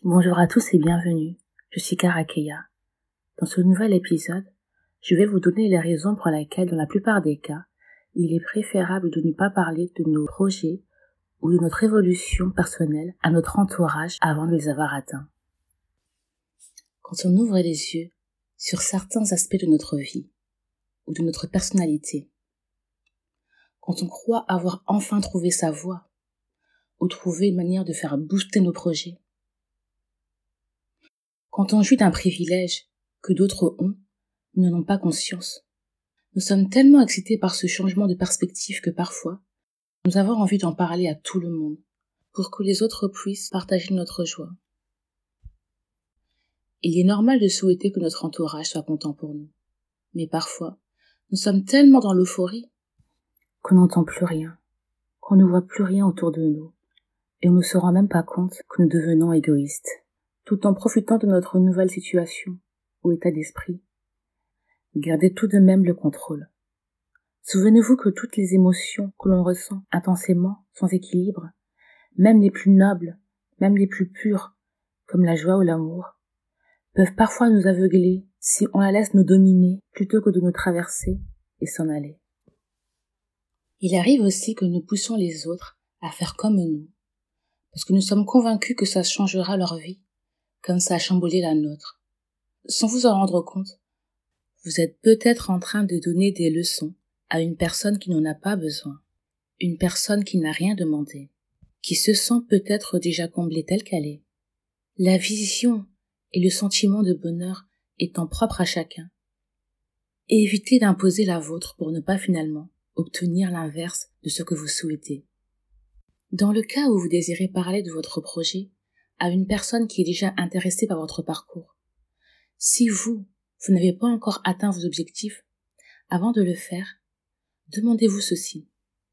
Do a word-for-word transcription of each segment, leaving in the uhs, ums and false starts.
Bonjour à tous et bienvenue, je suis Karakeya. Dans ce nouvel épisode, je vais vous donner les raisons pour lesquelles, dans la plupart des cas, il est préférable de ne pas parler de nos projets ou de notre évolution personnelle à notre entourage avant de les avoir atteints. Quand on ouvre les yeux sur certains aspects de notre vie ou de notre personnalité, quand on croit avoir enfin trouvé sa voie ou trouvé une manière de faire booster nos projets, quand on jouit d'un privilège que d'autres ont, nous n'en avons pas conscience. Nous sommes tellement excités par ce changement de perspective que parfois, nous avons envie d'en parler à tout le monde, pour que les autres puissent partager notre joie. Il est normal de souhaiter que notre entourage soit content pour nous. Mais parfois, nous sommes tellement dans l'euphorie qu'on n'entend plus rien, qu'on ne voit plus rien autour de nous, et on ne se rend même pas compte que nous devenons égoïstes, tout en profitant de notre nouvelle situation ou état d'esprit. Gardez tout de même le contrôle. Souvenez-vous que toutes les émotions que l'on ressent intensément, sans équilibre, même les plus nobles, même les plus pures, comme la joie ou l'amour, peuvent parfois nous aveugler si on la laisse nous dominer plutôt que de nous traverser et s'en aller. Il arrive aussi que nous poussons les autres à faire comme nous, parce que nous sommes convaincus que ça changera leur vie, comme ça a chamboulé la nôtre. Sans vous en rendre compte, vous êtes peut-être en train de donner des leçons à une personne qui n'en a pas besoin, une personne qui n'a rien demandé, qui se sent peut-être déjà comblée telle qu'elle est. La vision et le sentiment de bonheur étant propres à chacun. Et évitez d'imposer la vôtre pour ne pas finalement obtenir l'inverse de ce que vous souhaitez. Dans le cas où vous désirez parler de votre projet à une personne qui est déjà intéressée par votre parcours, si vous, vous n'avez pas encore atteint vos objectifs, avant de le faire, demandez-vous ceci.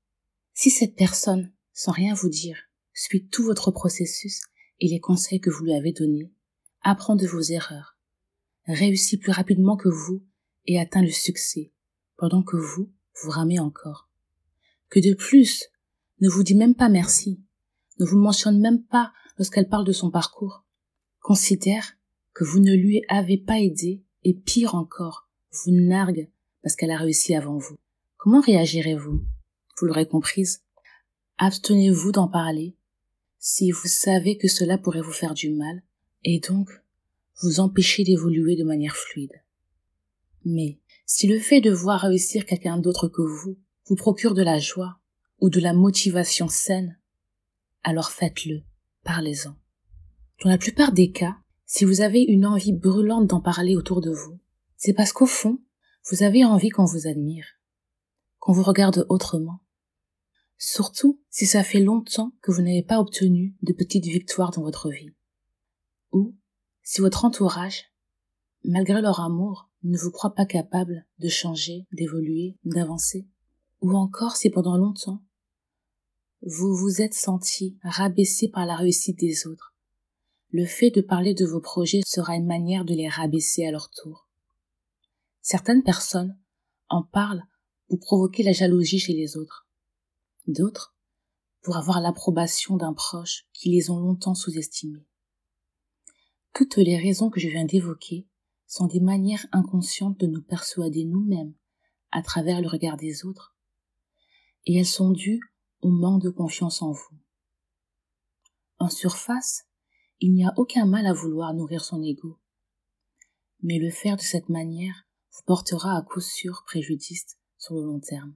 Si cette personne, sans rien vous dire, suit tout votre processus et les conseils que vous lui avez donnés, apprend de vos erreurs, réussit plus rapidement que vous et atteint le succès, pendant que vous, vous ramez encore. Que de plus, ne vous dit même pas merci, ne vous mentionne même pas lorsqu'elle parle de son parcours, considère que vous ne lui avez pas aidé et pire encore, vous nargue parce qu'elle a réussi avant vous. Comment réagirez-vous? Vous l'aurez comprise. Abstenez-vous d'en parler si vous savez que cela pourrait vous faire du mal et donc vous empêcher d'évoluer de manière fluide. Mais si le fait de voir réussir quelqu'un d'autre que vous vous procure de la joie ou de la motivation saine, alors faites-le, parlez-en. Dans la plupart des cas, si vous avez une envie brûlante d'en parler autour de vous, c'est parce qu'au fond, vous avez envie qu'on vous admire, qu'on vous regarde autrement. Surtout si ça fait longtemps que vous n'avez pas obtenu de petites victoires dans votre vie. Ou si votre entourage, malgré leur amour, ne vous croit pas capable de changer, d'évoluer, d'avancer. Ou encore si pendant longtemps, vous vous êtes senti rabaissé par la réussite des autres. Le fait de parler de vos projets sera une manière de les rabaisser à leur tour. Certaines personnes en parlent pour provoquer la jalousie chez les autres. D'autres, pour avoir l'approbation d'un proche qui les ont longtemps sous-estimés. Toutes les raisons que je viens d'évoquer sont des manières inconscientes de nous persuader nous-mêmes à travers le regard des autres, et elles sont dues au manque de confiance en vous. En surface, il n'y a aucun mal à vouloir nourrir son ego, mais le faire de cette manière vous portera à coup sûr préjudice sur le long terme.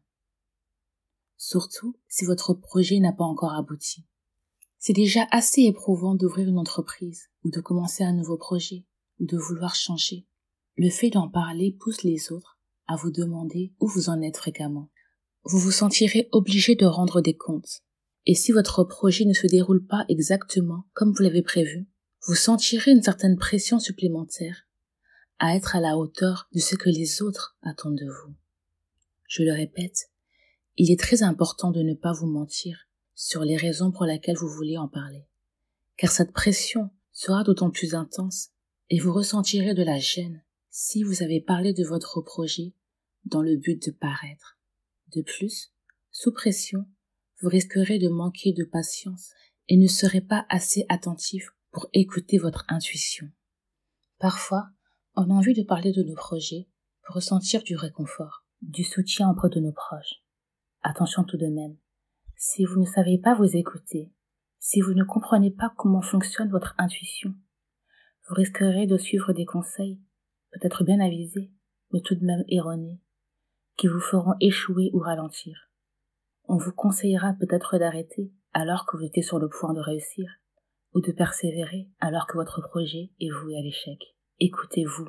Surtout si votre projet n'a pas encore abouti. C'est déjà assez éprouvant d'ouvrir une entreprise ou de commencer un nouveau projet ou de vouloir changer. Le fait d'en parler pousse les autres à vous demander où vous en êtes fréquemment. Vous vous sentirez obligé de rendre des comptes. Et si votre projet ne se déroule pas exactement comme vous l'avez prévu, vous sentirez une certaine pression supplémentaire à être à la hauteur de ce que les autres attendent de vous. Je le répète, il est très important de ne pas vous mentir sur les raisons pour lesquelles vous voulez en parler, car cette pression sera d'autant plus intense et vous ressentirez de la gêne si vous avez parlé de votre projet dans le but de paraître. De plus, sous pression, vous risquerez de manquer de patience et ne serez pas assez attentif pour écouter votre intuition. Parfois, on a envie de parler de nos projets pour ressentir du réconfort, du soutien auprès de nos proches. Attention tout de même, si vous ne savez pas vous écouter, si vous ne comprenez pas comment fonctionne votre intuition, vous risquerez de suivre des conseils, peut-être bien avisés, mais tout de même erronés, qui vous feront échouer ou ralentir. On vous conseillera peut-être d'arrêter alors que vous étiez sur le point de réussir, ou de persévérer alors que votre projet est voué à l'échec. Écoutez-vous.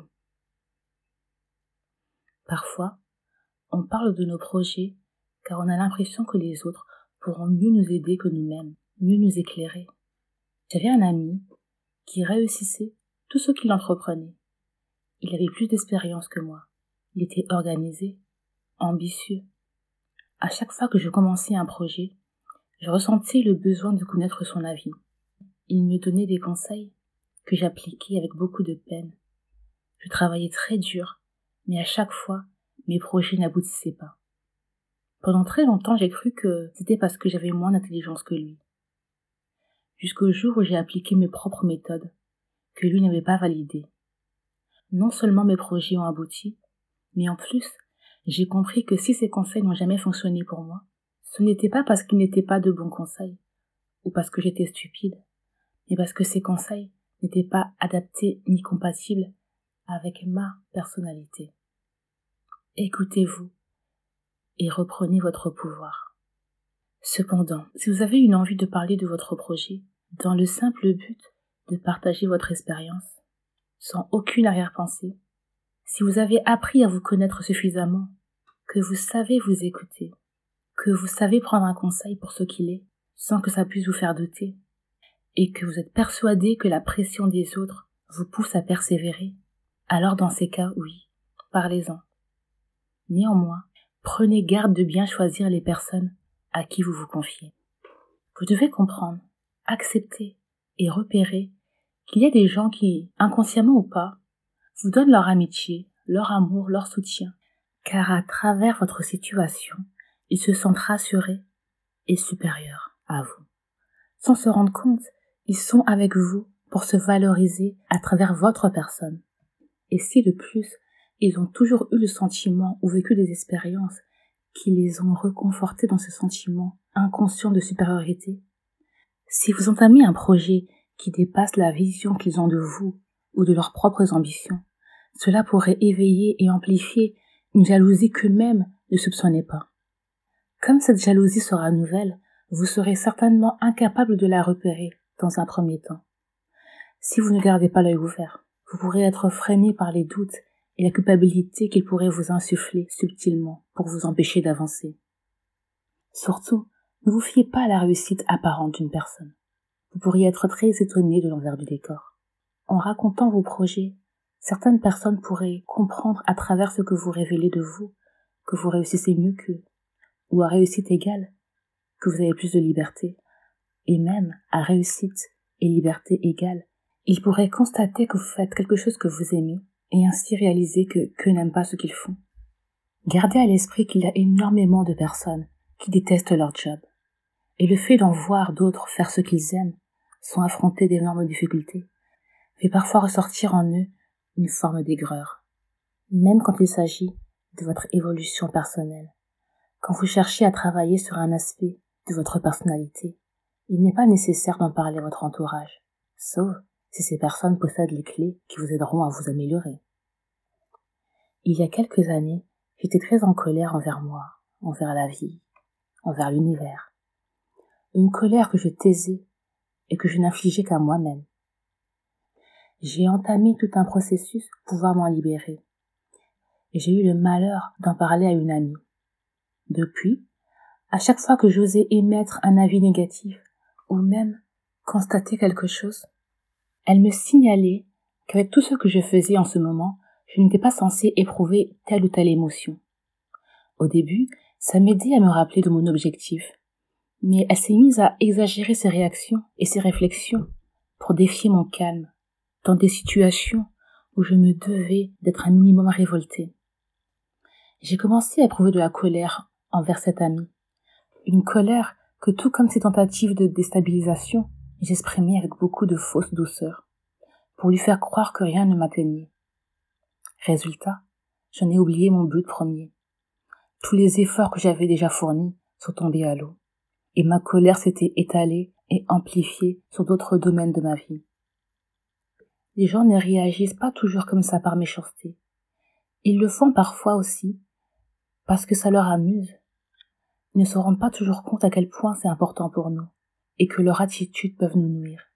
Parfois, on parle de nos projets car on a l'impression que les autres pourront mieux nous aider que nous-mêmes, mieux nous éclairer. J'avais un ami qui réussissait tout ce qu'il entreprenait. Il avait plus d'expérience que moi. Il était organisé, ambitieux. À chaque fois que je commençais un projet, je ressentais le besoin de connaître son avis. Il me donnait des conseils que j'appliquais avec beaucoup de peine. Je travaillais très dur, mais à chaque fois, mes projets n'aboutissaient pas. Pendant très longtemps, j'ai cru que c'était parce que j'avais moins d'intelligence que lui. Jusqu'au jour où j'ai appliqué mes propres méthodes, que lui n'avait pas validées. Non seulement mes projets ont abouti, mais en plus, j'ai compris que si ces conseils n'ont jamais fonctionné pour moi, ce n'était pas parce qu'ils n'étaient pas de bons conseils, ou parce que j'étais stupide, mais parce que ces conseils n'étaient pas adaptés ni compatibles avec ma personnalité. Écoutez-vous et reprenez votre pouvoir. Cependant, si vous avez une envie de parler de votre projet, dans le simple but de partager votre expérience, sans aucune arrière-pensée, si vous avez appris à vous connaître suffisamment, que vous savez vous écouter, que vous savez prendre un conseil pour ce qu'il est, sans que ça puisse vous faire douter, et que vous êtes persuadé que la pression des autres vous pousse à persévérer, alors dans ces cas, oui, parlez-en. Néanmoins, prenez garde de bien choisir les personnes à qui vous vous confiez. Vous devez comprendre, accepter et repérer qu'il y a des gens qui, inconsciemment ou pas, vous donnent leur amitié, leur amour, leur soutien, car à travers votre situation, ils se sentent rassurés et supérieurs à vous. Sans se rendre compte, ils sont avec vous pour se valoriser à travers votre personne. Et si de plus, ils ont toujours eu le sentiment ou vécu des expériences qui les ont reconfortés dans ce sentiment inconscient de supériorité, si vous entamez un projet qui dépasse la vision qu'ils ont de vous ou de leurs propres ambitions, cela pourrait éveiller et amplifier une jalousie qu'eux-mêmes ne soupçonnaient pas. Comme cette jalousie sera nouvelle, vous serez certainement incapable de la repérer dans un premier temps. Si vous ne gardez pas l'œil ouvert, vous pourrez être freiné par les doutes et la culpabilité qu'ils pourraient vous insuffler subtilement pour vous empêcher d'avancer. Surtout, ne vous fiez pas à la réussite apparente d'une personne. Vous pourriez être très étonné de l'envers du décor. En racontant vos projets, certaines personnes pourraient comprendre à travers ce que vous révélez de vous que vous réussissez mieux qu'eux, ou à réussite égale, que vous avez plus de liberté, et même à réussite et liberté égale, ils pourraient constater que vous faites quelque chose que vous aimez, et ainsi réaliser que qu'eux n'aiment pas ce qu'ils font. Gardez à l'esprit qu'il y a énormément de personnes qui détestent leur job, et le fait d'en voir d'autres faire ce qu'ils aiment, sans affronter d'énormes difficultés, fait parfois ressortir en eux une forme d'aigreur. Même quand il s'agit de votre évolution personnelle, quand vous cherchez à travailler sur un aspect de votre personnalité, il n'est pas nécessaire d'en parler à votre entourage, sauf si ces personnes possèdent les clés qui vous aideront à vous améliorer. Il y a quelques années, j'étais très en colère envers moi, envers la vie, envers l'univers. Une colère que je taisais et que je n'infligeais qu'à moi-même. J'ai entamé tout un processus pour pouvoir m'en libérer. Et j'ai eu le malheur d'en parler à une amie. Depuis, à chaque fois que j'osais émettre un avis négatif, ou même constater quelque chose, elle me signalait qu'avec tout ce que je faisais en ce moment, je n'étais pas censée éprouver telle ou telle émotion. Au début, ça m'aidait à me rappeler de mon objectif, mais elle s'est mise à exagérer ses réactions et ses réflexions pour défier mon calme, dans des situations où je me devais d'être un minimum révoltée. J'ai commencé à éprouver de la colère envers cette amie, une colère que tout comme ses tentatives de déstabilisation J'exprimais avec beaucoup de fausse douceur, pour lui faire croire que rien ne m'atteignait. Résultat, j'en ai oublié mon but premier. Tous les efforts que j'avais déjà fournis sont tombés à l'eau, et ma colère s'était étalée et amplifiée sur d'autres domaines de ma vie. Les gens ne réagissent pas toujours comme ça par méchanceté. Ils le font parfois aussi parce que ça leur amuse. Ils ne se rendent pas toujours compte à quel point c'est important pour nous et que leurs attitudes peuvent nous nuire.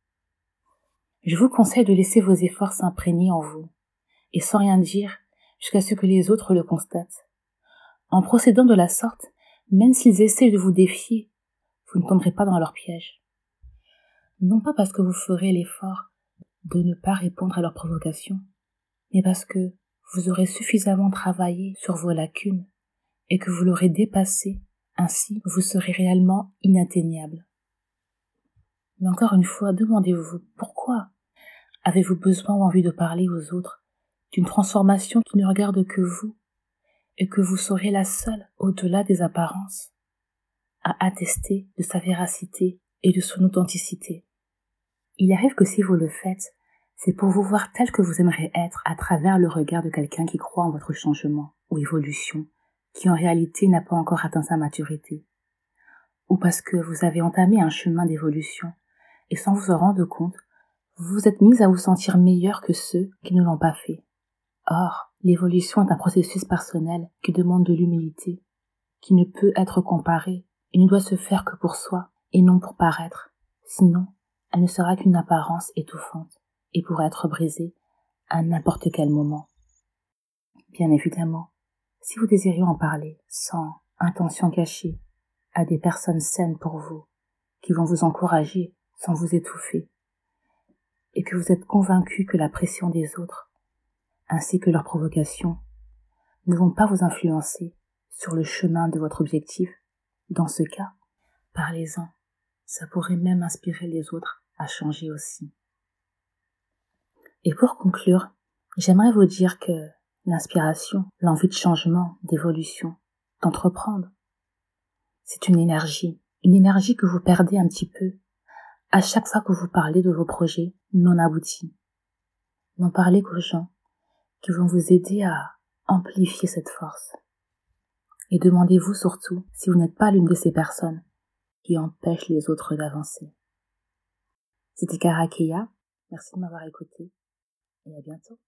Je vous conseille de laisser vos efforts s'imprégner en vous et sans rien dire jusqu'à ce que les autres le constatent. En procédant de la sorte, même s'ils essaient de vous défier, vous ne tomberez pas dans leur piège. Non pas parce que vous ferez l'effort de ne pas répondre à leurs provocations, mais parce que vous aurez suffisamment travaillé sur vos lacunes et que vous l'aurez dépassé, ainsi vous serez réellement inatteignable. Mais encore une fois, demandez-vous pourquoi avez-vous besoin ou envie de parler aux autres d'une transformation qui ne regarde que vous et que vous serez la seule, au-delà des apparences, à attester de sa véracité et de son authenticité. Il arrive que si vous le faites, c'est pour vous voir tel que vous aimeriez être à travers le regard de quelqu'un qui croit en votre changement ou évolution, qui en réalité n'a pas encore atteint sa maturité, ou parce que vous avez entamé un chemin d'évolution et sans vous en rendre compte, vous vous êtes mis à vous sentir meilleur que ceux qui ne l'ont pas fait. Or, l'évolution est un processus personnel qui demande de l'humilité, qui ne peut être comparé et ne doit se faire que pour soi et non pour paraître. Sinon, elle ne sera qu'une apparence étouffante et pourra être brisée à n'importe quel moment. Bien évidemment, si vous désirez en parler sans intention cachée à des personnes saines pour vous, qui vont vous encourager sans vous étouffer, et que vous êtes convaincu que la pression des autres, ainsi que leurs provocations, ne vont pas vous influencer sur le chemin de votre objectif, dans ce cas, parlez-en. Ça pourrait même inspirer les autres à changer aussi. Et pour conclure, j'aimerais vous dire que l'inspiration, l'envie de changement, d'évolution, d'entreprendre, c'est une énergie, une énergie que vous perdez un petit peu à chaque fois que vous parlez de vos projets non aboutis. N'en parlez qu'aux gens qui vont vous aider à amplifier cette force. Et demandez-vous surtout si vous n'êtes pas l'une de ces personnes qui empêchent les autres d'avancer. C'était Karakeya, merci de m'avoir écouté et à bientôt.